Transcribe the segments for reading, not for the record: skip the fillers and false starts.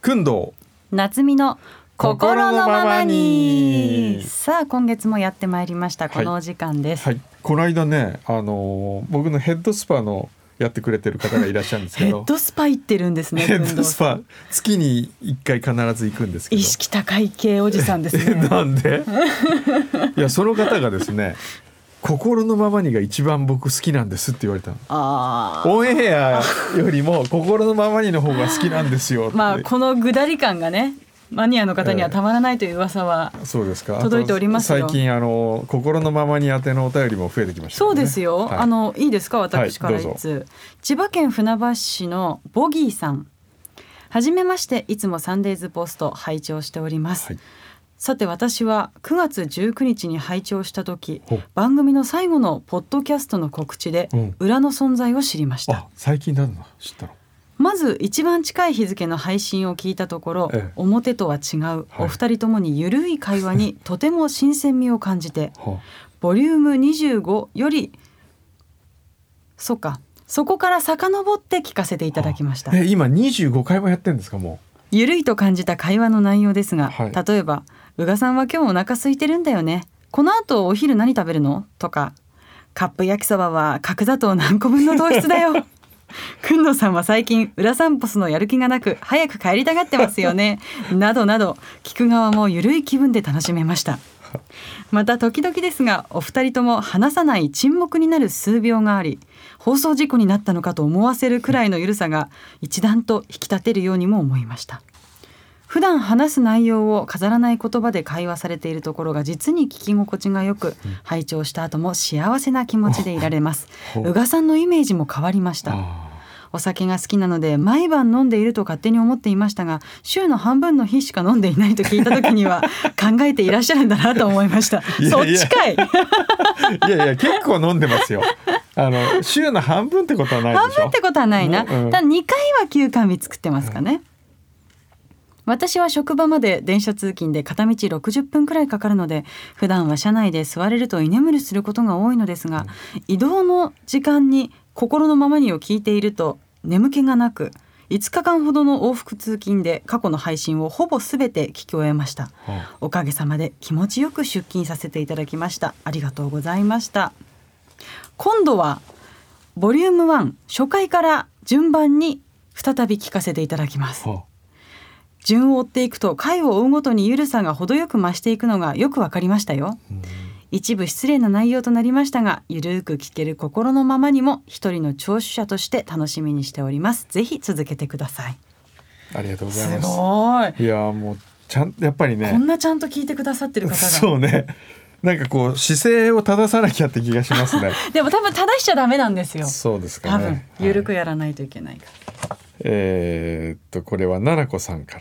くんどう夏美の心のままに。さあ今月もやってまいりました。このお時間です。 はい、この間ね、僕のヘッドスパのやってくれてる方がいらっしゃるんですけどヘッドスパ行ってるんですね。 ヘッドスパ月に1回必ず行くんですけど、 意識高い系おじさんですねなんでいやその方がですね、心のままにが一番僕好きなんですって言われたの。オンエアよりも心のままにの方が好きなんですよって、 まあこのぐだり感がね、マニアの方にはたまらないという噂は届いておりますよ。 最近心のままに宛てのお便りも増えてきました、ね、 そうですよ、はい、いいですか、私からはい、 千葉県船橋市のボギーさん、はじめまして、いつもサンデーズポスト拝聴しております、はい。さて私は9月19日に拝聴した時、番組の最後のポッドキャストの告知で裏の存在を知りました。 最近だな、知ったの。 まず一番近い日付の配信を聞いたところ、表とは違うお二人ともにゆるい会話にとても新鮮味を感じて、ボリューム25よりそこから遡って聞かせていただきました。 今25回もやってるんですか。もうゆるいと感じた会話の内容ですが、例えば宇賀さんは今日お腹空いてるんだよね、この後お昼何食べるのとか、カップ焼きそばは角砂糖何個分の糖質だよくんのさんは最近裏散歩すのやる気がなく早く帰りたがってますよねなどなど、聞く側もゆるい気分で楽しめました。また時々ですがお二人とも話さない沈黙になる数秒があり、放送事故になったのかと思わせるくらいのゆるさが一段と引き立てるようにも思いました。普段話す内容を飾らない言葉で会話されているところが実に聞き心地がよく、拝聴した後も幸せな気持ちでいられます。宇賀さんのイメージも変わりました。お酒が好きなので毎晩飲んでいると勝手に思っていましたが、週の半分の日しか飲んでいないと聞いた時には考えていらっしゃるんだなと思いましたそっちかいいや結構飲んでますよ。週の半分ってことはないでしょ。 半分ってことはないな、ただ2回は休館日作ってますかね。私は職場まで電車通勤で片道60分くらいかかるので、普段は車内で座れると居眠りすることが多いのですが、移動の時間に心のままにを聞いていると眠気がなく、5日間ほどの往復通勤で過去の配信をほぼ全て聞き終えました。おかげさまで気持ちよく出勤させていただきました。ありがとうございました。今度はボリューム1初回から順番に再び聞かせていただきます。順を追っていくと回を追うごとにゆるさが程よく増していくのがよくわかりましたよ。一部失礼な内容となりましたが、ゆるく聞ける心のままにも一人の聴取者として楽しみにしております。ぜひ続けてください。 ありがとうございます。 すごい。 いやもうちゃんやっぱりね、 こんなちゃんと聞いてくださってる方がそうね、なんかこう姿勢を正さなきゃって気がしますねでも多分正しちゃダメなんですよ。 そうですかね。 多分ゆるくやらないといけないから、 これはななこさんから、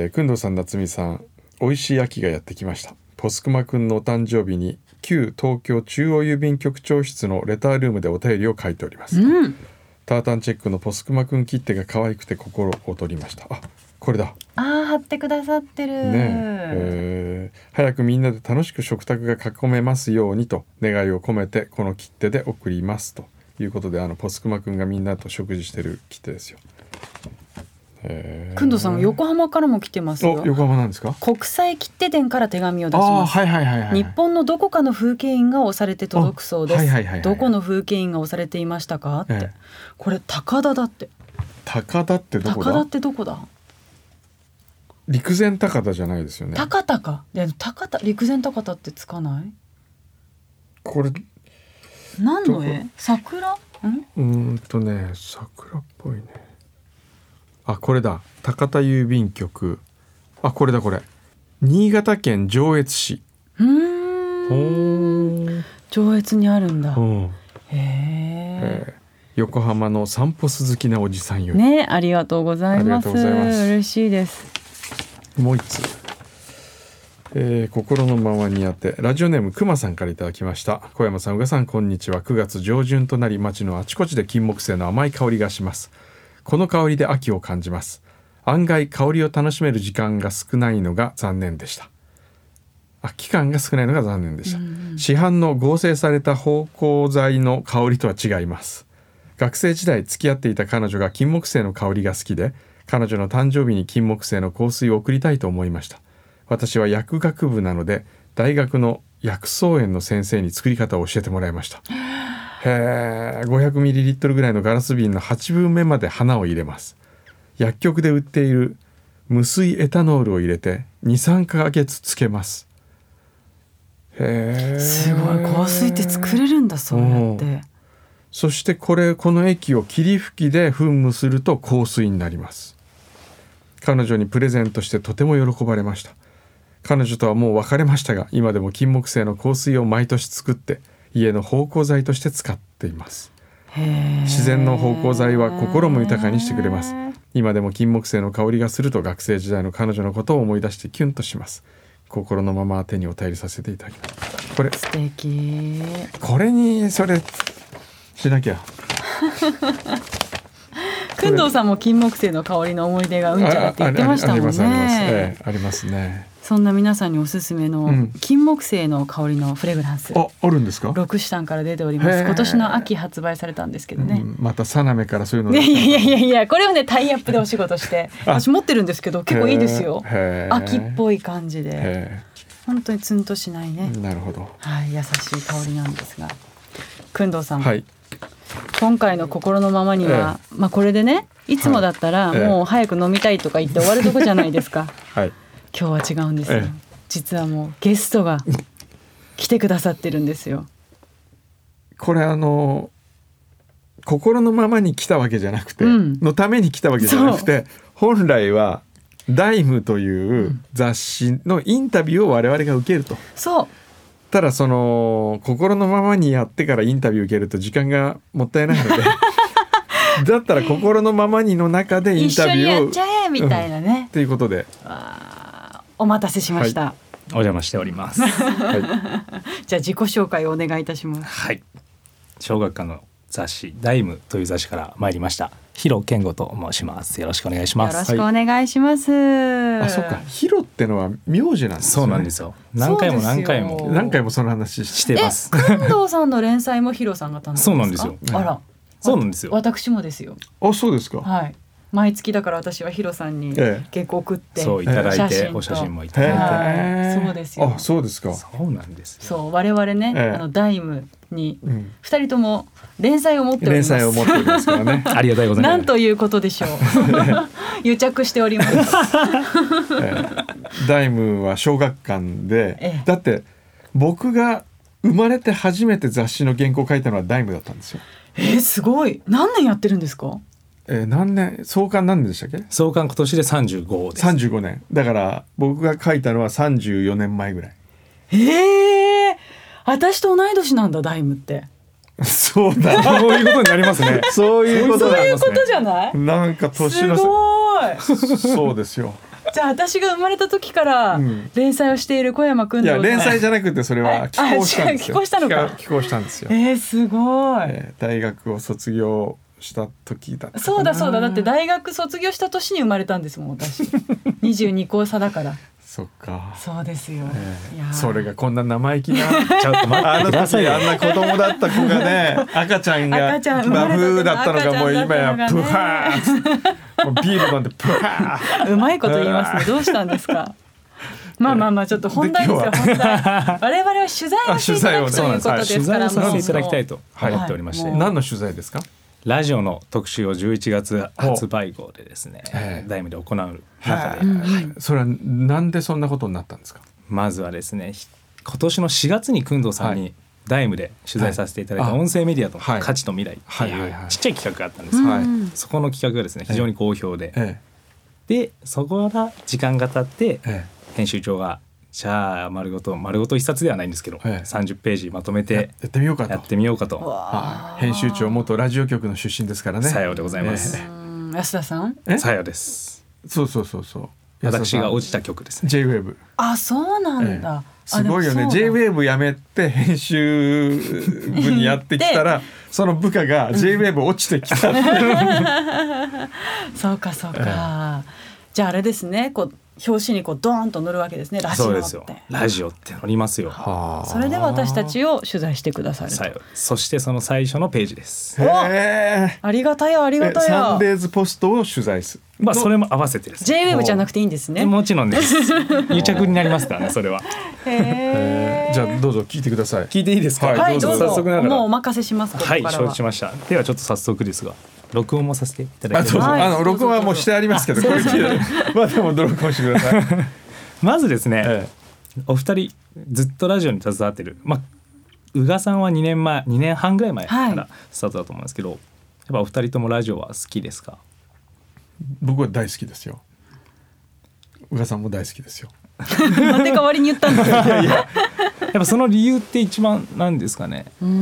くんどうさん、なつみさん、おいしい秋がやってきました。ポスクマくんのお誕生日に旧東京中央郵便局長室のレタールームでお便りを書いております、タータンチェックのポスクマくん切手が可愛くて心を取りました。これだ。 貼ってくださってる、 ね。早くみんなで楽しく食卓が囲めますようにと願いを込めてこの切手で送りますということで、ポスクマくんがみんなと食事してる切手ですよ。 くんどさん、横浜からも来てますよ。 横浜なんですか。 国際切手店から手紙を出します。日本のどこかの風景印が押されて届くそうです。どこの風景印が押されていましたかって、これ高田だって。 高田ってどこだ。 高田ってどこだ。 陸前高田じゃないですよね。 高田か。高田、陸前高田ってつかない。 これ何の絵。桜。 桜っぽいね。これだ。高田郵便局。これだ。これ新潟県上越市。 上越にあるんだ。 横浜の散歩好きなおじさんよりね。ありがとうございます。嬉しいです。 もう一つ、心のままにあて、ラジオネームくまさんからいただきました。小山さん、宇賀さん、こんにちは。9月上旬となり、街のあちこちで金木犀の甘い香りがします。この香りで秋を感じます。案外香りを楽しめる時間が少ないのが残念でした。期間が少ないのが残念でした、市販の合成された芳香剤の香りとは違います。学生時代付き合っていた彼女が金木犀の香りが好きで、 彼女の誕生日に金木犀の香水を贈りたいと思いました。私は薬学部なので大学の薬草園の先生に作り方を教えてもらいました。500ml ぐらいのガラス瓶の8分目まで花を入れます。薬局で売っている無水エタノールを入れて 2,3 ヶ月つけます。 すごい、香水って作れるんだ、そうやって。 そしてこの液を霧吹きで噴霧すると香水になります。彼女にプレゼントしてとても喜ばれました。彼女とはもう別れましたが、今でも金木犀の香水を毎年作って家の芳香剤として使っています。自然の芳香剤は心も豊かにしてくれます。今でも金木犀の香りがすると学生時代の彼女のことを思い出してキュンとします。心のまま手にお便りさせていただきます。これ素敵。 これにそれしなきゃ工藤さんも金木犀の香りの思い出がうんちゃらって言ってましたもんね。 ありますね。 そんな皆さんにおすすめの金木犀の香りのフレグランス、 あるんですか。 ロクシタンから出ております。今年の秋発売されたんですけどね、 またサナメからそういうのいやこれをねタイアップでお仕事して私持ってるんですけど結構いいですよ。秋っぽい感じで本当にツンとしないね。 なるほど、 はい、優しい香りなんですが、工藤さん、 はい、 今回の心のままには、これでねいつもだったらもう早く飲みたいとか言って終わるとこじゃないですか、はい、今日は違うんですよ、実はもうゲストが来てくださってるんですよ。 これ心のままに来たわけじゃなくて、のために来たわけじゃなくて、本来はダイムという雑誌のインタビューを我々が受けると。 そうただその心のままにやってからインタビュー受けると時間がもったいないのでだったら心のままにの中でインタビューを一緒にやっちゃえみたいなね、 ということでお待たせしました、 お邪魔しております、 じゃあ自己紹介をお願いいたします。 はい、小学館の雑誌ダイムという雑誌から参りましたヒロケンゴと申します。よろしくお願いします。 よろしくお願いします、 あ、そっか、ヒロってのは名字なんですね。 そうなんですよ。何回もその話してます。 工藤さんの連載もヒロさんが担当ですか。 そうなんですよ。 あら、 そうなんですよ。 私もですよ。 あ、そうですか。 はい、毎月だから私はヒロさんに結構送って、 そういただいて、お写真もいただいて、そうですよ。 あ、そうですか。 そうなんですよ。 そう、我々ね、ダイムに2人とも連載を持っております。 連載を持っておりますからねありがたいございます。 なんということでしょう癒着しておりますダイムは小学館で、だって僕が生まれて初めて雑誌の原稿を書いたのはダイムだったんですよ。 すごい。何年やってるんですか。 創刊何年でしたっけ。 創刊今年で35です。 35年だから僕が書いたのは34年前ぐらい。 私と同い年なんだ、ダイムってそうだそういうことになりますねそういうことじゃない。 なんか年のすごいそうですよ。 じゃあ私が生まれた時から連載をしている小山君。 いや連載じゃなくてそれは寄稿したんですよ。 寄稿したのか。 寄稿したんですよ。 すごい、 大学を卒業した時だったかな。 そうだだって大学卒業した年に生まれたんですもん私22個差だから。 そっか。 そうですよ、 いやそれがこんな生意気なちょっと待ってください。 あんな子供だった子がね赤ちゃんがバフーだったのがもう今やプハーもうビール飲んでプハーうまいこと言いますね。どうしたんですかまあちょっと本題ですよ。本題我々は取材をしていただくということですから、 取材をさせていただきたいと思っておりまして、 何の取材ですか。 ラジオの特集を11月発売号でですね、ダイムで行う中で、 それはなんでそんなことになったんですか。 まずはですね、今年の4月に工藤さんにダイムで取材させていただいた音声メディアと価値と未来っていうちっちゃい企画があったんです。そこの企画がですね非常に好評で、でそこから時間が経って編集長がじゃあ丸ごと一冊ではないんですけど、30ページまとめてやってみようかと。編集長元ラジオ局の出身ですからね。 さようでございます。 安田さん。 さようです。 そう私が落ちた曲ですね。 J-Wave。 あ、そうなんだ、 すごいよね。 J-Wave やめて編集部にやってきたらその部下が J-Wave 落ちてきたそうか、じゃああれですね、表紙にドーンと載るわけですね。ラジオって。そうですよ、 ラジオって載りますよ。 それで私たちを取材してくださると。 そしてその最初のページです。 ありがたや。 サンデーズポストを取材する。 まあそれも合わせてです、 ね、J-WAVE じゃなくていいんですね。 もちろんです。癒着になりますからねそれは。 じゃあどうぞ聞いてください。 聞いていいですか。 はい、どうぞ。 早速ながらもうお任せします。ここからは。 はい、承知しました。ではちょっと早速ですが録音もさせていただきます。 録音はもうしてありますけど、これ聞いてまあでも録音してください。 まずですね、お二人ずっとラジオに携わってる、まあ宇賀さんは2年半ぐらい前からスタートだと思うんですけど、やっぱお二人ともラジオは好きですか。 僕は大好きですよ。宇賀さんも大好きですよ。 なんで代わりに言ったんですか。 やっぱその理由って一番なんですかね。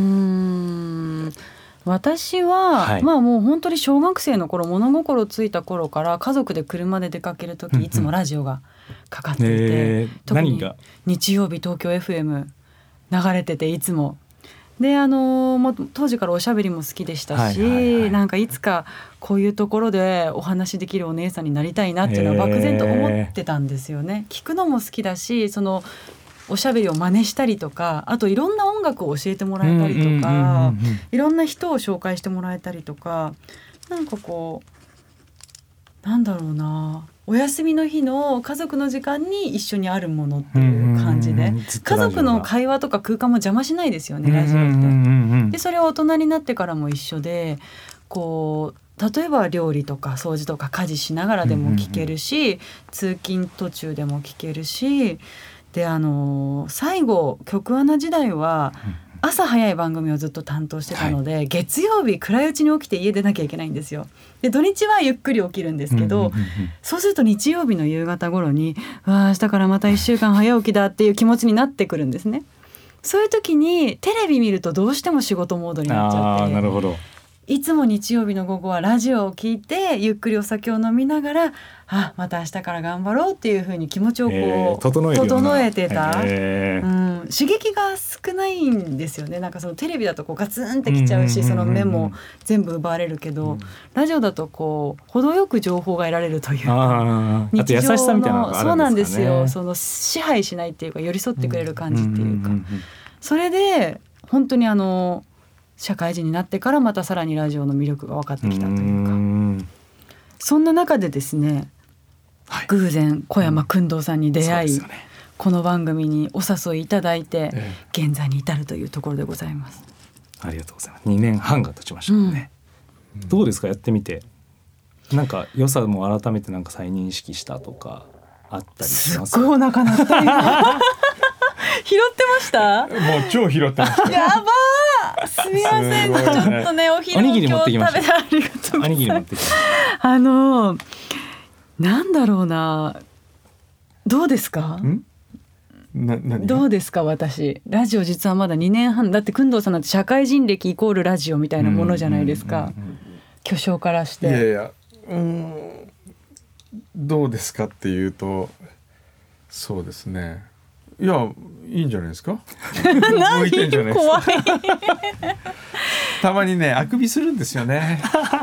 私は、はい、まあもう本当に小学生の頃、物心ついた頃から家族で車で出かける時、いつもラジオがかかっていて、特に日曜日東京 FM 流れてて、いつもでもう当時からおしゃべりも好きでしたし、なんかいつかこういうところでお話できるお姉さんになりたいなっていうのは漠然と思ってたんですよね。聞くのも好きだし、そのおしゃべりを真似したりとか、あといろんな音楽を教えてもらえたりとか、いろんな人を紹介してもらえたりとか、なんかこうなんだろうな、お休みの日の家族の時間に一緒にあるものっていう感じで、家族の会話とか空間も邪魔しないですよね、ラジオって。でそれは大人になってからも一緒で、こう例えば料理とか掃除とか家事しながらでも聞けるし、通勤途中でも聞けるし、で最後局アナ時代は朝早い番組をずっと担当してたので、月曜日暗いうちに起きて家出なきゃいけないんですよ。で土日はゆっくり起きるんですけど、そうすると日曜日の夕方頃に明日からまた1週間早起きだっていう気持ちになってくるんですね。そういう時にテレビ見るとどうしても仕事モードになっちゃって、 なるほど。 いつも日曜日の午後はラジオを聞いてゆっくりお酒を飲みながら、また明日から頑張ろうっていう風に気持ちをこう、整えてた、刺激が少ないんですよね。なんかそのテレビだとこうガツンってきちゃうし、その目も全部奪われるけど、ラジオだとこう程よく情報が得られるというか、 あと優しさみたいなのがあるんですかね。 そうなんですよ。その支配しないっていうか、寄り添ってくれる感じっていうか、それで本当に社会人になってからまたさらにラジオの魅力が分かってきたというか、そんな中でですね、偶然小山薫堂さんに出会い、この番組にお誘いいただいて、現在に至るというところでございます。 ありがとうございます。2年半が経ちましたね、どうですか、やってみて。なんか良さも改めてなんか再認識したとかあったりしますか。 すっごいお腹鳴った今拾ってました。 もう超拾ってました。 やばー、すみません、ちょっとね、お昼も今日食べてありがとうございます。 おにぎり持ってきました。 なんだろうな、どうですか。どうですか。私ラジオ実はまだ2年半だって、工藤さんなんて社会人歴イコールラジオみたいなものじゃないですか、巨匠からして。 どうですかっていうと、そうですね、いやいいんじゃないですか。向いてんじゃないですか。怖いたまにね、あくびするんですよね。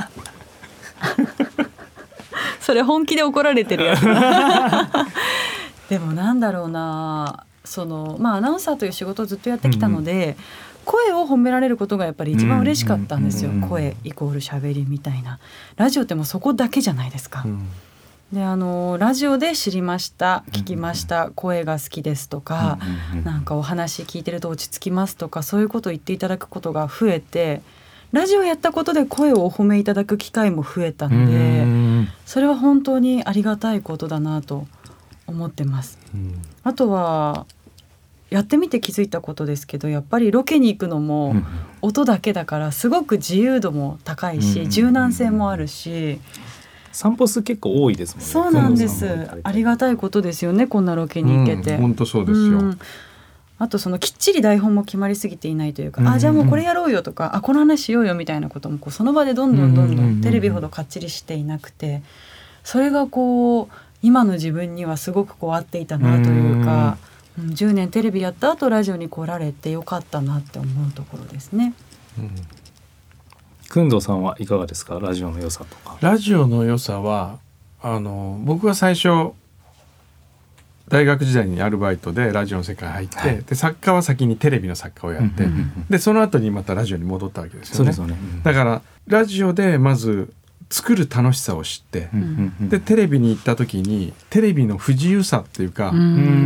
それ本気で怒られてるやつでもなんだろうな、アナウンサーという仕事をずっとやってきたので、声を褒められることがやっぱり一番嬉しかったんですよ。声イコール喋りみたいな。ラジオってもうそこだけじゃないですか。でラジオで知りました、聞きました、声が好きですとか、なんかお話聞いてると落ち着きますとか、そういうことを言っていただくことが増えて、ラジオやったことで声をお褒めいただく機会も増えたので、それは本当にありがたいことだなと思ってます。あとはやってみて気づいたことですけど、やっぱりロケに行くのも音だけだからすごく自由度も高いし、柔軟性もあるし、 散歩数結構多いですもんね。 そうなんです。ありがたいことですよね、こんなロケに行けて。 本当そうですよ。 あときっちり台本も決まりすぎていないというか、じゃあもうこれやろうよとか、この話しようよみたいなこともその場でどんどんテレビほどかっちりしていなくて、それが今の自分にはすごく合っていたなというか、10年テレビやった後ラジオに来られてよかったなって思うところですね。 工藤さんはいかがですか、ラジオの良さとか。 ラジオの良さは僕が最初大学時代にアルバイトでラジオの世界入って、で作家は先にテレビの作家をやって、でその後にまたラジオに戻ったわけですよね。だからラジオでまず作る楽しさを知って、でテレビに行った時にテレビの不自由さっていうか、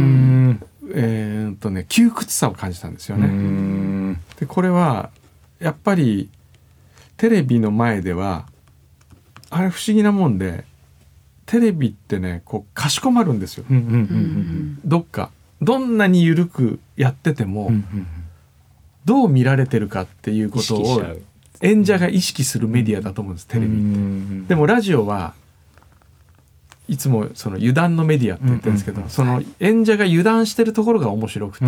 窮屈さを感じたんですよね。でこれはやっぱりテレビの前ではあれ不思議なもんで、テレビってねこうかしこまるんですよ、どっかどんなに緩くやってても、どう見られてるかっていうことを演者が意識するメディアだと思うんです、テレビって。でもラジオはいつもその油断のメディアって言ってるんですけど、その演者が油断してるところが面白くて、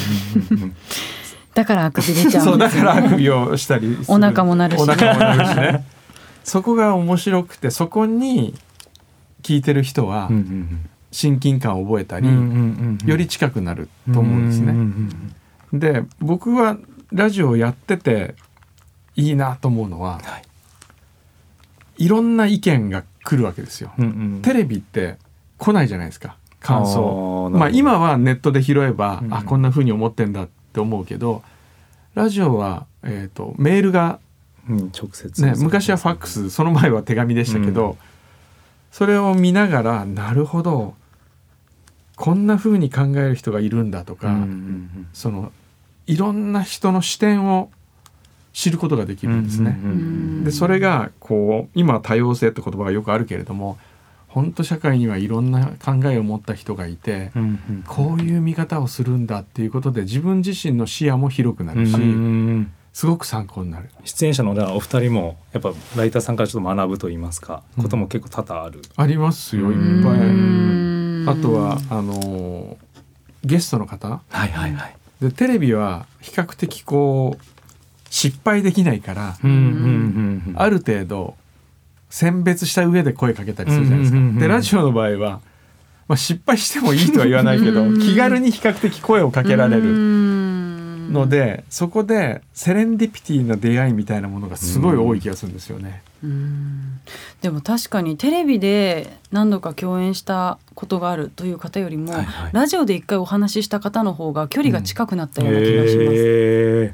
だからあくび出ちゃうんですね。 そうだからあくびをしたりする、 お腹もなるしねそこが面白くて、そこに聞いてる人は親近感を覚えたり、より近くなると思うんですね。で僕はラジオをやってていいなと思うのは、いろんな意見が来るわけですよ、テレビって来ないじゃないですか、感想。今はネットで拾えば、こんな風に思ってんだって思うけど、ラジオは、メールが、 直接、 昔はファックス、その前は手紙でしたけど、それを見ながら、なるほどこんな風に考える人がいるんだとか、そのいろんな人の視点を知ることができるんですね。でそれがこう今多様性って言葉がよくあるけれども、本当社会にはいろんな考えを持った人がいて、こういう見方をするんだっていうことで自分自身の視野も広くなるし、すごく参考になる。 出演者のお二人もやっぱライターさんからちょっと学ぶと言いますか、ことも結構多々ある。 ありますよ、いっぱい。あとはゲストの方、でテレビは比較的こう失敗できないから、ある程度選別した上で声かけたりするじゃないですか。でラジオの場合は、失敗してもいいとは言わないけど気軽に比較的声をかけられるので、そこでセレンディピティな出会いみたいなものがすごい多い気がするんですよね。 でも確かにテレビで何度か共演したことがあるという方よりも、ラジオで一回お話しした方の方が距離が近くなったような気がします。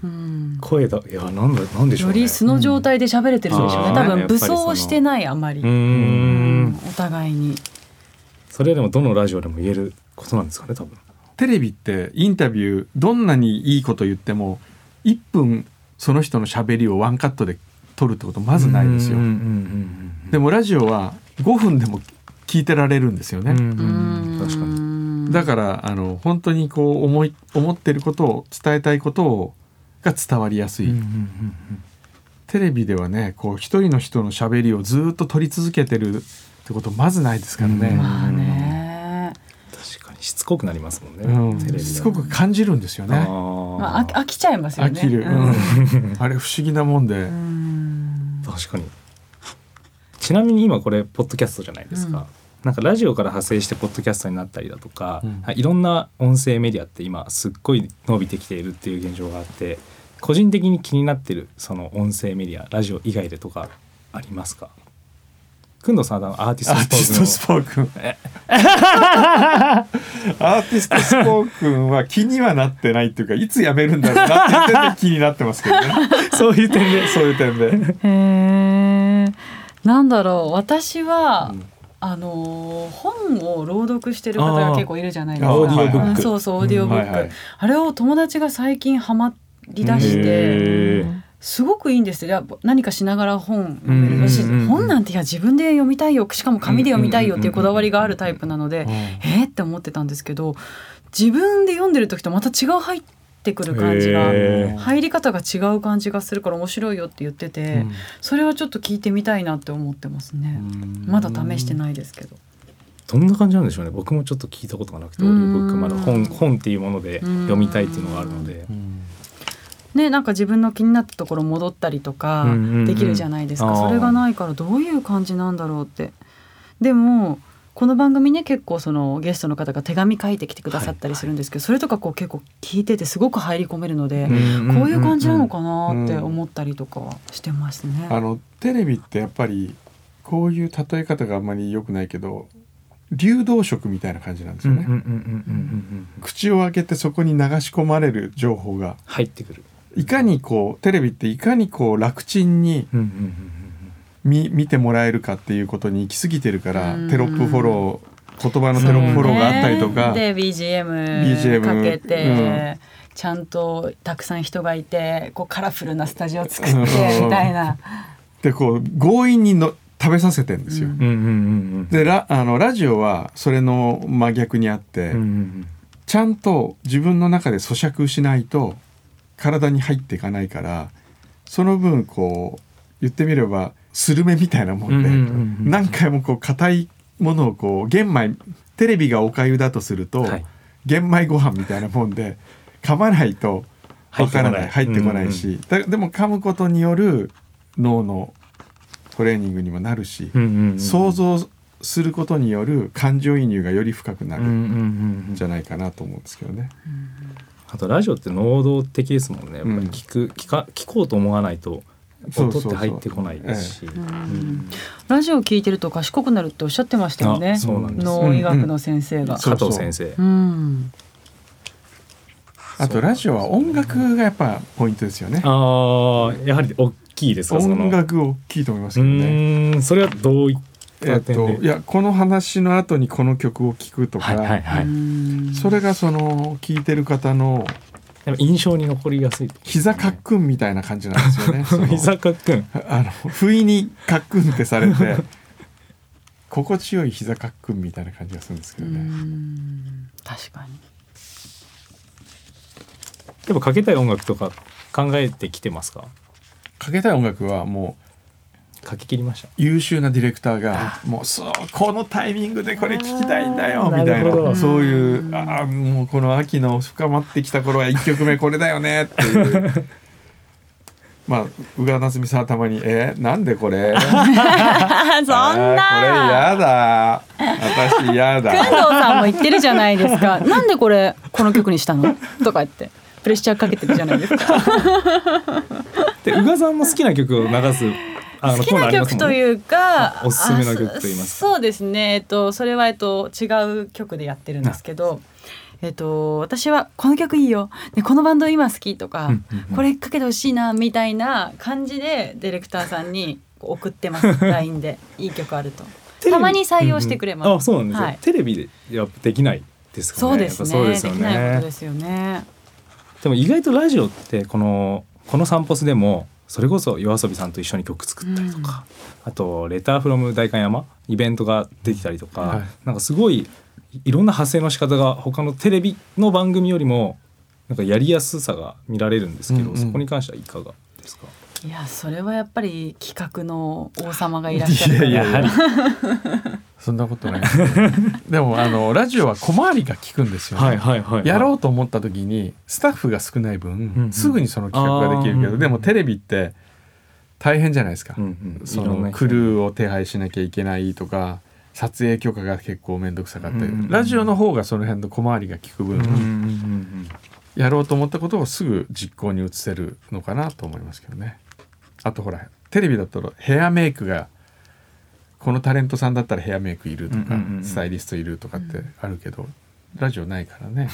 声だ、いやなんでしょうね。 より素の状態で喋れてるんでしょうね、多分武装をしてない、あまりお互いに。 それでもどのラジオでも言えることなんですかね、多分。 テレビってインタビューどんなにいいこと言っても1分その人の喋りをワンカットで撮るってことまずないですよ。でもラジオは5分でも聞いてられるんですよね。 確かに。 だから本当にこう思ってることを伝えたいことが伝わりやすい。テレビではね、こう一人の人の喋りをずっと撮り続けてるってことまずないですからね。 確かにしつこくなりますもんね、テレビしつこく感じるんですよね。 飽きちゃいますよね。 飽きる、あれ不思議なもんで。 確かに。ちなみに今これポッドキャストじゃないですか、なんかラジオから派生してポッドキャストになったりだとか、いろんな音声メディアって今すっごい伸びてきているっていう現状があって、個人的に気になってるその音声メディア、ラジオ以外でとかありますか？くんどさんはアーティストスポークンアーティストスポークンは気にはなってないっていうか、いつやめるんだろうなっていう点で気になってますけどねそういう点でなんだろう、私は、本を朗読してる方が結構いるじゃないですか。 オーディオブック。 そうオーディオブック、あれを友達が最近ハマりだして、すごくいいんですよ。何かしながら本読めるし、本なんて自分で読みたいよ、しかも紙で読みたいよっていうこだわりがあるタイプなので、って思ってたんですけど、自分で読んでる時とまた違う入ってくる感じが、入り方が違う感じがするから面白いよって言ってて、それはちょっと聞いてみたいなって思ってますね。まだ試してないですけど。 どんな感じなんでしょうね。僕もちょっと聞いたことがなくて、オーディオブックまだ本っていうもので読みたいっていうのがあるので、 なんか自分の気になったところ戻ったりとかできるじゃないですか。それがないからどういう感じなんだろうって。でもこの番組ね、結構そのゲストの方が手紙書いてきてくださったりするんですけど、それとかこう結構聞いててすごく入り込めるので、こういう感じなのかなって思ったりとかはしてますね。 テレビってやっぱりこういう例え方があんまり良くないけど、流動食みたいな感じなんですよね。口を開けてそこに流し込まれる情報が入ってくる。 いかにテレビっていかに楽ちんに見てもらえるかっていうことに行き過ぎてるから、テロップフォロー、言葉のテロップフォローがあったりとか、 で BGM かけて、ちゃんとたくさん人がいてこうカラフルなスタジオ作ってみたいなでこう強引に食べさせてんですよ、でラジオはそれの真逆にあって、ちゃんと自分の中で咀嚼しないと体に入っていかないから、その分こう言ってみればスルメみたいなもんで、何回もこう硬いものをこう玄米、テレビがおかゆだとすると、玄米ご飯みたいなもんで噛まないとわからない、入ってこないし、でも噛むことによる脳のトレーニングにもなるし、想像することによる感情移入がより深くなるんじゃないかなと思うんですけどね。 あとラジオって能動的ですもんね。やっぱり聞こうと思わないと音って入ってこないですし、 ラジオ聞いてると賢くなるっておっしゃってましたよね。 そうなんです。 脳医学の先生が、 加藤先生。 あとラジオは音楽がやっぱポイントですよね。 やはり大きいですか。 音楽大きいと思いますけどね。 それはどういった点で？ いや、この話の後にこの曲を聴くとか、それがその聴いてる方の印象に残りやすい、 膝かっくんみたいな感じなんですよね。 膝かっくん、 不意にかっくんってされて心地よい膝かっくんみたいな感じがするんですけどね。 確かに。 でもかけたい音楽とか考えてきてますか？ かけたい音楽はもうかけ切りました。 優秀なディレクターがもうこのタイミングでこれ聞きたいんだよみたいな、そういうもうこの秋の深まってきた頃は1曲目これだよねっていうまあ宇賀なつみさんはたまになんでこれそんなこれやだ、私やだ、 工藤さんも言ってるじゃないですかなんでこの曲にしたのとかってプレッシャーかけてるじゃないですかで宇賀さんも好きな曲を流す好きな曲というかおすすめの曲といいますか。 そうですね、それは違う曲でやってるんですけど、私はこの曲いいよ、でこのバンド今好きとか、これかけてほしいなみたいな感じでディレクターさんに送ってますLINE でいい曲あるとたまに採用してくれます。 そうなんですよ、テレビでやっぱできないですかね。 そうですね、 できないことですよね。 でも意外とラジオってこのサンポスでもそれこそYOASOBIさんと一緒に曲作ったりとか、あとレターフロム代官山イベントができたりとか、なんかすごいいろんな派生の仕方が他のテレビの番組よりもなんかやりやすさが見られるんですけど、そこに関してはいかがですか？ いや、それはやっぱり企画の王様がいらっしゃるから。 いやそんなことないでもラジオは小回りが利くんですよね。やろうと思った時にスタッフが少ない分、すぐにその企画ができるけど、でもテレビって大変じゃないですか、そのクルーを手配しなきゃいけないとか撮影許可が結構めんどくさかったり、ラジオの方がその辺の小回りが利く分、やろうと思ったことをすぐ実行に移せるのかなと思いますけどね。あとほらテレビだとヘアメイクがこのタレントさんだったらヘアメイクいるとか、スタイリストいるとかってあるけど、ラジオないからね、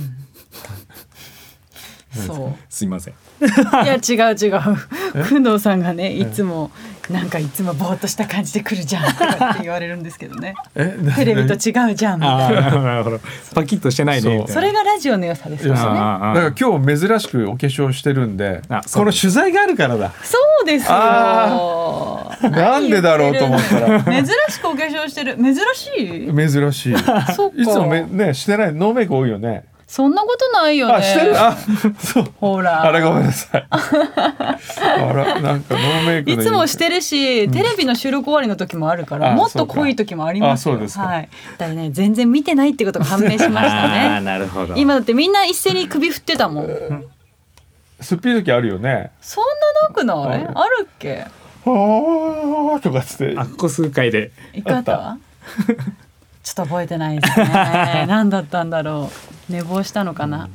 そうすいません。 いや違う工藤さんがね、いつもぼーっとした感じで来るじゃんとかって言われるんですけどねテレビと違うじゃんみたいな。 なるほど、パキッとしてないねみたいな。 それがラジオの良さですよね。だから今日珍しくお化粧してるんで、この取材があるからだ。 そうですよ。 なんでだろうと思ったら珍しくお化粧してる。珍しいそうか、いつもねしてない。ノーメイク多いよね。 そんなことないよね。 してる。そう。 ほら。 あれごめんなさい。なんかノーメイクいつもしてるし、テレビの収録終わりの時もあるから、もっと濃い時もありますよ。 そうですか。 はい。だからね、全然見てないってことが判明しましたね。 なるほど。 今だってみんな一斉に首振ってたもん。 すっぴり時あるよね。 そんななくない？あるっけ？ とかつって個数回でいかったちょっと覚えてないですね何だったんだろう、寝坊したのかな、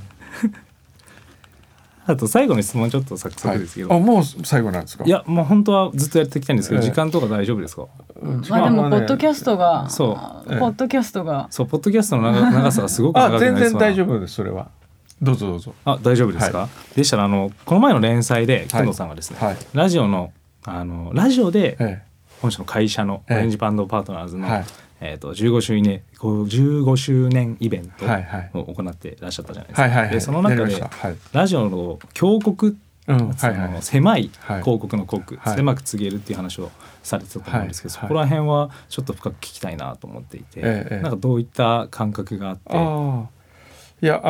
あと最後の質問ちょっとサクサクですけど、 もう最後なんですか？ いやもう本当はずっとやっていきたいんですけど、時間とか大丈夫ですか？ でもポッドキャストがポッドキャストの長さがすごく長くなりそうな。 全然大丈夫です。それはどうぞ。 大丈夫ですか？でしたらこの前の連載で工藤さんがですね、ラジオで本社の会社のオレンジバンドパートナーズの、15周年イベントを行っていらっしゃったじゃないですか。でその中でラジオの峡谷、狭い広告の広告、狭く告げるっていう話をされてたと思うんですけど、そこら辺はちょっと深く聞きたいなと思っていて、なんかどういった感覚があって。 いや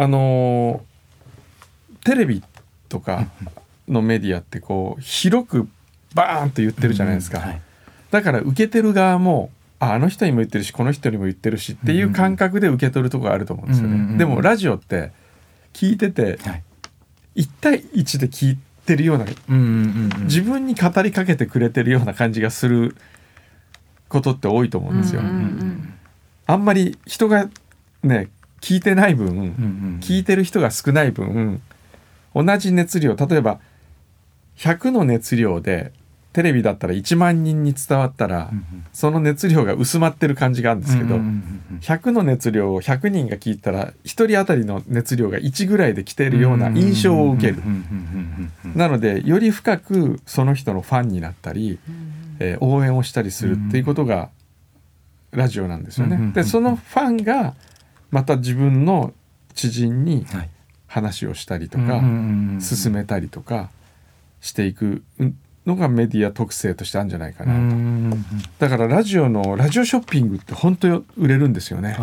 テレビとかのメディアってこう広くバーンと言ってるじゃないですか、だから受けてる側もあの人にも言ってるしこの人にも言ってるしっていう感覚で受け取るところがあると思うんですよね、でもラジオって聞いてて1対1で聞いてるような、自分に語りかけてくれてるような感じがすることって多いと思うんですよ、あんまり人がね聞いてない分、聞いてる人が少ない分同じ熱量、例えば100の熱量でテレビだったら1万人に伝わったら、その熱量が薄まってる感じがあるんですけど、100の熱量を100人が聞いたら1人当たりの熱量が1ぐらいで来ているような印象を受ける。なのでより深くその人のファンになったり、応援をしたりするっていうことがラジオなんですよね。でそのファンがまた自分の知人に話をしたりとか、進めたりとかしていくのがメディア特性としてあるんじゃないかなと。だからラジオショッピングって本当に売れるんですよね。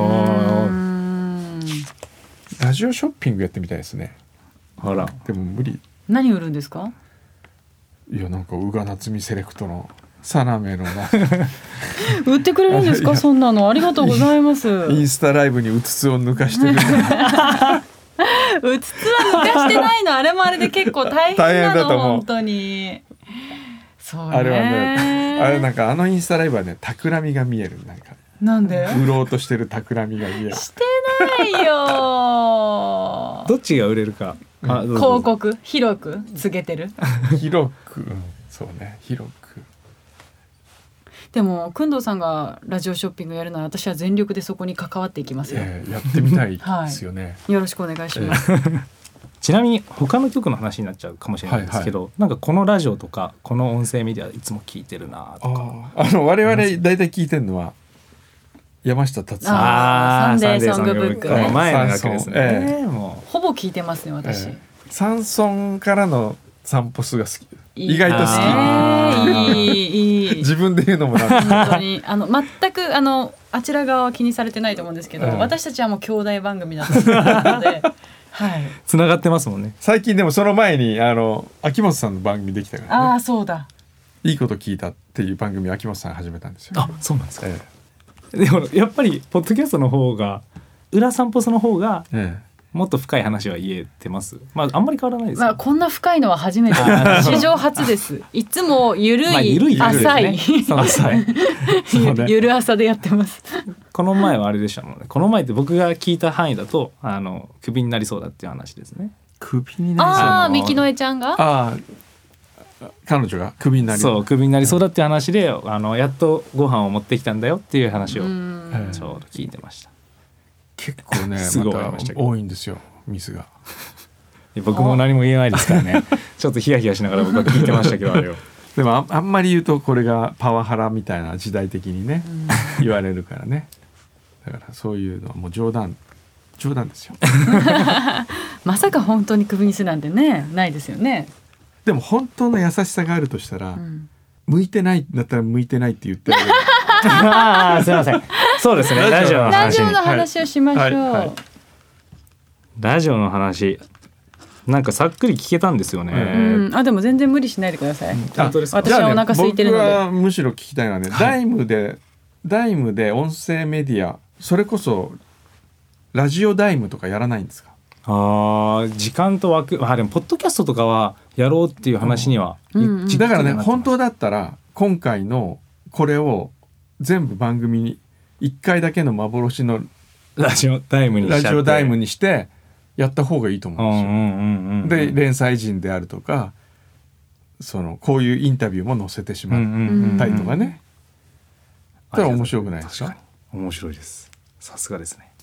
ラジオショッピングやってみたいですね。 あら、 でも無理。 何売るんですか？ いやなんか宇賀なつみセレクトのサナメの売ってくれるんですか？そんなのありがとうございます。 インスタライブにうつつを抜かしてるうつつは抜かしてないの。あれもあれで結構大変なの。本当にそうね。 あれはね、あれなんかインスタライブはね、企みが見える。 なんで売ろうとしてる企みが見える。 してないよどっちが売れるか、 広告広く告げてる広く、そうね、広く。 でも工藤さんがラジオショッピングやるなら私は全力でそこに関わっていきますよ。 やってみたいですよね、 よろしくお願いします、 ちなみに他の曲の話になっちゃうかもしれないですけど、なんかこのラジオとかこの音声メディアいつも聞いてるなとか。 我々大体聞いてるのは山下達郎、 サンデーソングブックね、 前のわけですね、 もうほぼ聞いてますね私、 サンソンからの散歩数が好き、意外と好き、 いい自分で言うのもなん本当に全くあちら側は気にされてないと思うんですけど、私たちはもう兄弟番組だと思うのでつながってますもんね。 最近でもその前に秋元さんの番組できたからね。 そうだ、 いいこと聞いたっていう番組秋元さん始めたんですよ。 そうなんですか、でもやっぱりポッドキャストの方が裏散歩その方がもっと深い話は言えてます。あんまり変わらないです、 こんな深いのは初めて史上初です。いつもゆるい、浅いゆる浅でやってます。 この前はあれでしたもんね。この前って僕が聞いた範囲だとクビになりそうだっていう話ですね。 クビになりそう。 三木のえちゃんが彼女がクビになりそうクビになりそうだっていう話でやっとご飯を持ってきたんだよっていう話をちょうど聞いてました。 結構ねすごいまた多いんですよミスが。 僕も何も言えないですからねちょっとヒヤヒヤしながら僕は聞いてましたけどあれをでもあんまり言うとこれがパワハラみたいな時代的にね言われるからね。だからそういうのはもう冗談ですよまさか本当にクビにするなんてねないですよね。 でも本当の優しさがあるとしたら、向いてないんだったら向いてないって言ってるすいません。そうですね、ラジオの話をしましょう、 ラジオの話なんかさっくり聞けたんですよね、 でも全然無理しないでください、 本当ですか。 私はお腹空いてるので、 僕はむしろ聞きたいのはね、ダイムで音声メディア、それこそラジオダイムとかやらないんですか？ 時間と枠、でもポッドキャストとかはやろうっていう話には、 だからね、本当だったら今回のこれを全部番組に1回だけの幻のラジオダイムにしてやった方がいいと思うんですよ。で連載人であるとかこういうインタビューも載せてしまったりとかね、だから面白くないですか？ 確かに面白いです。さすがですね。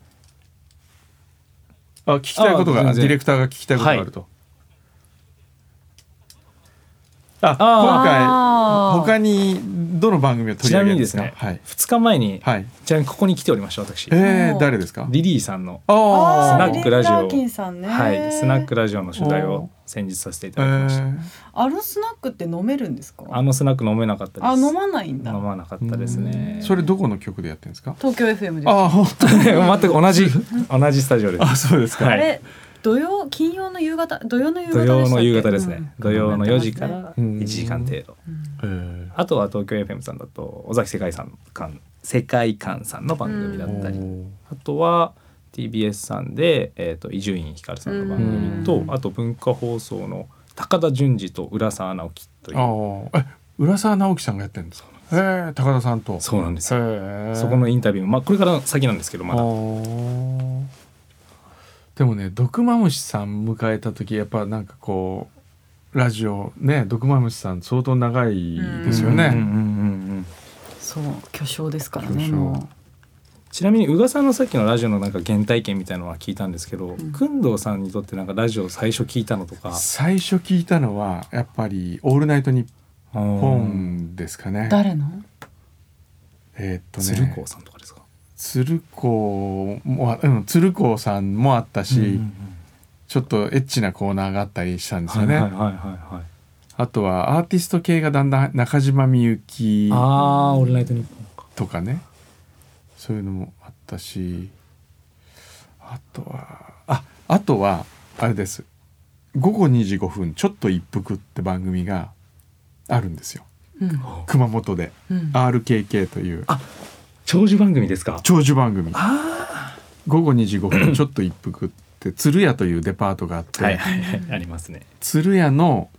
聞きたいことがディレクターが聞きたいことがあると、 今回他にどの番組を取り上げるんですか？ ちなみにですね、はい、2日前に、はい、ちなみにここに来ておりました私。 誰ですか？ リリーさんのスナックラジオ、 リさんね、 はい、スナックラジオの取材を先日させていただきました。 あのスナックって飲めるんですか？ あのスナック飲めなかったです。 飲まないんだ。 飲まなかったですね。 それどこの局でやってるんですか？ 東京 FM です。 本当に全く同じスタジオです。 そうですか。 あれ土曜の夕方ですね。土曜の4時から1時間程度。あとは東京 FM さんだと尾崎世界観さんの番組だったり、あとは TBS さんで伊集院光さんの番組と、あと文化放送の高田純次と浦沢直樹という。 浦沢直樹さんがやってるんですか？高田さんと。 そうなんですよ。そこのインタビュー、これから先なんですけどまだ。 でもね、毒マムシさん迎えた時やっぱなんかこうラジオね、毒マムシさん相当長いですよね。 そう、巨匠ですからね。もうちなみに宇賀さんのさっきのラジオのなんか原体験みたいなのは聞いたんですけど、工藤さんにとってなんかラジオ最初聞いたのとか。 最初聞いたのはやっぱりオールナイトニッポンですかね。 誰の？ 鶴光さんとかですか？ 鶴光さんもあったし、ちょっとエッチなコーナーがあったりしたんですよね。あとはアーティスト系がだんだん中島みゆきオールナイトニッポンとかね、そういうのもあったし、あとはあれです、午後2時5分ちょっと一服って番組があるんですよ、熊本で、RKK という長寿番組ですか？ 長寿番組。午後2時5分ちょっと一服って鶴屋というデパートがあって、 ありますね。 鶴屋の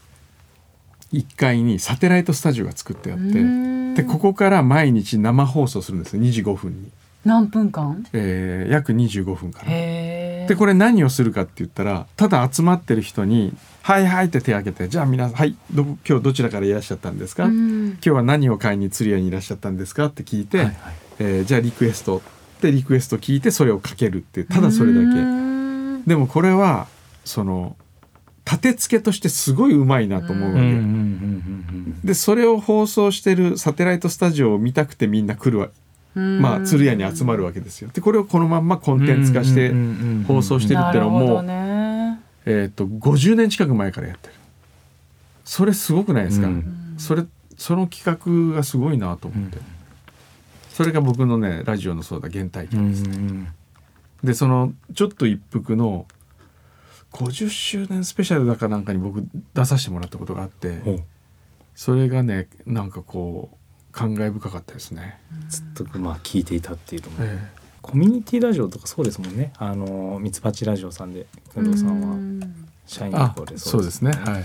1階にサテライトスタジオが作ってあって、でここから毎日生放送するんですよ。2時5分に何分間？ 約25分から。でこれ何をするかって言ったら、ただ集まってる人にはいはいって手を挙げて、じゃあ皆さん、はい、今日どちらからいらっしゃったんですか、今日は何を買いに鶴屋にいらっしゃったんですかって聞いて、じゃあリクエスト聞いてそれをかけるっていう、ただそれだけ。でもこれはその立て付けとしてすごいうまいなと思うわけで、それを放送してるサテライトスタジオを見たくてみんな来るわ、鶴屋に集まるわけですよ。でこれをこのまんまコンテンツ化して放送してるっていうのはもう、50年近く前からやってる。それすごくないですか？その企画がすごいなと思って、それが僕のねラジオのそうだ原体験ですね。でそのちょっと一服の50周年スペシャルだかなんかに僕出させてもらったことがあって、それがねなんかこう感慨深かったですね。 ずっと聞いていたっていうのも、コミュニティラジオとかそうですもんね。ミツバチラジオさんで工藤さんは社員の方で。 そうですね。はい。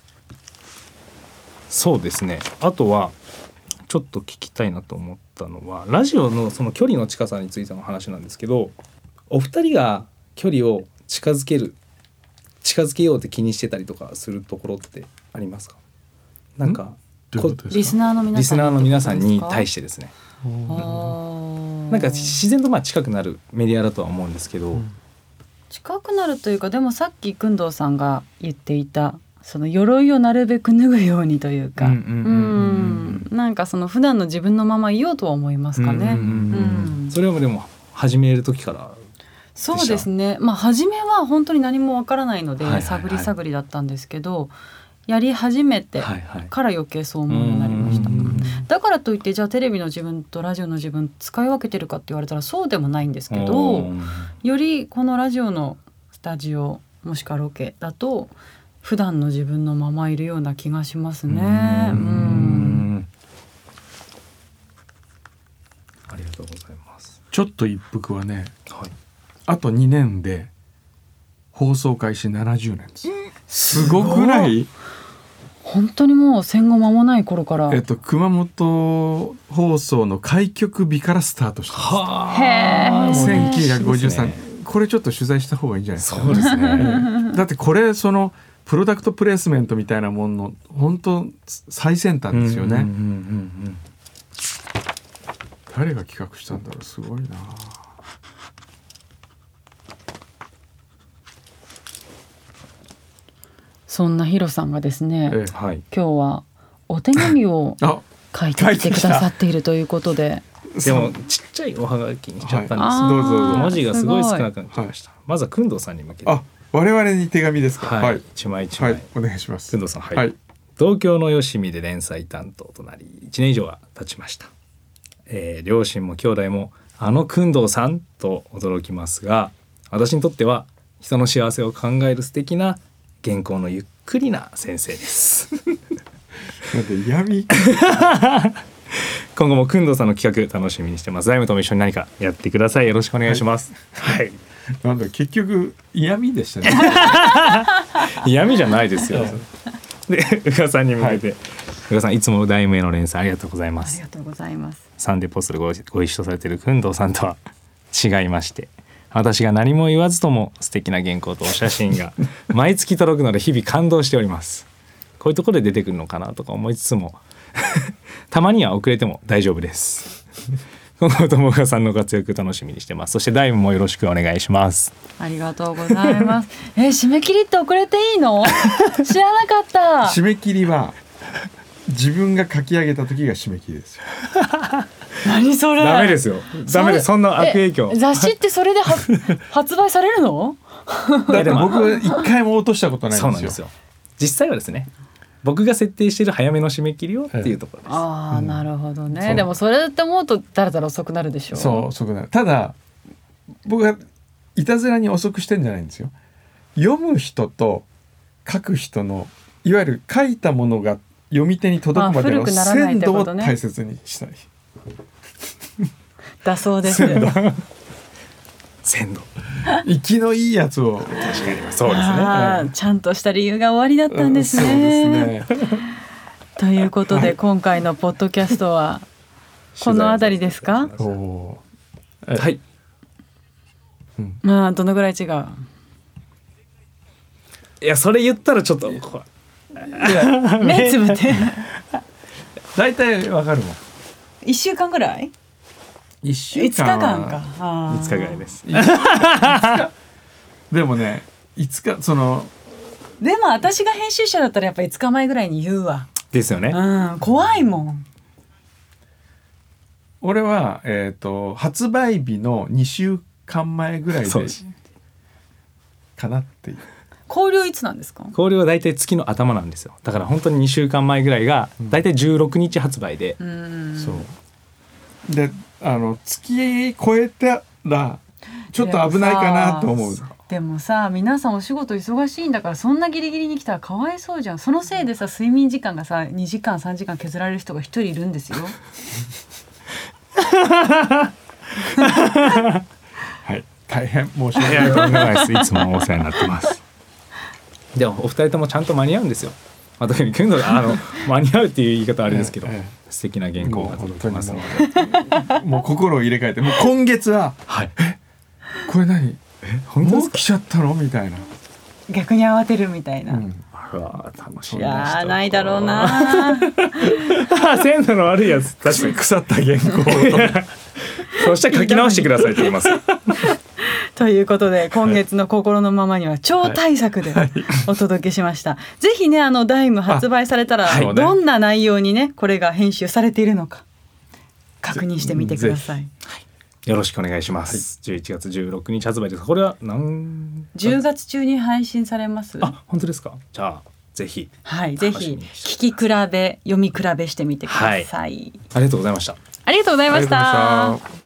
そうですね。あとはちょっと聞きたいなと思ったのはラジオのその距離の近さについての話なんですけど、お二人が距離を近づけようって気にしてたりとかするところってありますか？なんかリスナーの皆さんに対してですね。なんか自然と近くなるメディアだとは思うんですけど、 近くなるというか、でもさっき工藤さんが言っていたその鎧をなるべく脱ぐようにというか、なんかその普段の自分のままいようとは思いますかね。 それはでも始める時からそうですね。初めは本当に何もわからないので、探り探りだったんですけど、やり始めてから余計そう思うようになりました。だからといってじゃあテレビの自分とラジオの自分使い分けてるかって言われたらそうでもないんですけど、よりこのラジオのスタジオもしくはロケだと普段の自分のままいるような気がしますね。ありがとうございます。 ちょっと一服はね、あと2年で放送開始70年です。すごくない？ 本当にもう戦後間もない頃から、 熊本放送の開局日からスタートしたんです。1953年。これちょっと取材した方がいいんじゃないですか。 そうですね。 だってこれそのプロダクトプレイスメントみたいなものの本当最先端ですよね。誰が企画したんだろう、すごいな。 そんなヒロさんがですね、 はい、 今日はお手紙を書いてきてくださっているということででもちっちゃいおはがきにしちゃったんです、 はい、どうぞ文字がすごい少なくなっちゃいました、はい、まずは工藤さんに向けて我々に手紙ですか。 はい、一枚一枚、はい、 お願いします。 工藤さん、はいはい、東京のよしみで連載担当となり1年以上が経ちました。両親も兄弟も工藤さんと驚きますが、私にとっては人の幸せを考える素敵な原稿のゆっくりな先生ですなんで嫌味今後も工藤さんの企画楽しみにしてます。財務とも一緒に何かやってください。よろしくお願いします。はい。 なんだ結局嫌味でしたね嫌味じゃないですよで宇賀さんに向けて、はい、宇賀さんいつも題名の連載ありがとうございます。 ありがとうございます。 サンデーポストでご一緒されている工藤さんとは違いまして、私が何も言わずとも素敵な原稿とお写真が毎月届くので日々感動しております。こういうところで出てくるのかなとか思いつつもたまには遅れても大丈夫です今後とも宇賀さんの活躍楽しみにしてます。そしてダイムもよろしくお願いします。 ありがとうございます締め切りって遅れていいの知らなかった。 締め切りは自分が書き上げた時が締め切りですよ何それ。 ダメですよ。ダメです。そんな悪影響。 雑誌ってそれで発売されるのだって僕一回も落としたことないんですよ。 そうなんですよ。実際はですね、僕が設定している早めの締め切りをっていうところです。 ああ、なるほどね。でもそれって思うとだらだら遅くなるでしょう。 そう遅くなる。ただ僕がいたずらに遅くしてんじゃないんですよ。読む人と書く人のいわゆる書いたものが読み手に届くまでの鮮度を大切にしたい。 だそうです。 鮮度生きのいいやつを。 確かにそうですね。 ちゃんとした理由が終わりだったんですね。そうですね。ということで、今回のポッドキャストはこのあたりですか。 はい。 どのぐらい違う。 いやそれ言ったらちょっと目つぶってだいたいわかるもん。 1週間ぐらい 1週間 5日間か 5日ぐらいです。 でもね5日そのでも私が編集者だったらやっぱ5日前ぐらいに言うわ。 ですよね。 怖いもん。 俺は、発売日の2週間前ぐらいでかなっていう。 考慮いつなんですか。 考慮はだいたい月の頭なんですよ。だから本当に2週間前ぐらいがだいたい16日発売で、 そうで月超えたらちょっと危ないかなと思う。 でもさ皆さんお仕事忙しいんだからそんなギリギリに来たらかわいそうじゃん。そのせいでさ睡眠時間がさ2時間3時間削られる人が1人いるんですよはい大変申し訳ないです。いつもお世話になってます。でもお二人ともちゃんと間に合うんですよ。特に間に合うっていう言い方はあれですけど、素敵な原稿が届きますのでもう心を入れ替えてもう今月は、はい、これ何もう来ちゃったのみたいな逆に慌てるみたいな、 楽しい。 いやないだろうな鮮度の悪いやつ確かに腐った原稿そしたら書き直してくださいと言いますということで今月の心のままには超大作でお届けしました、ぜひねダイム発売されたらどんな内容にねこれが編集されているのか確認してみてください。 よろしくお願いします、11月16日発売です。これは 10月中に配信されます。 本当ですか。じゃあぜひぜひ聞き比べ読み比べしてみてください、 ありがとうございました。 ありがとうございました。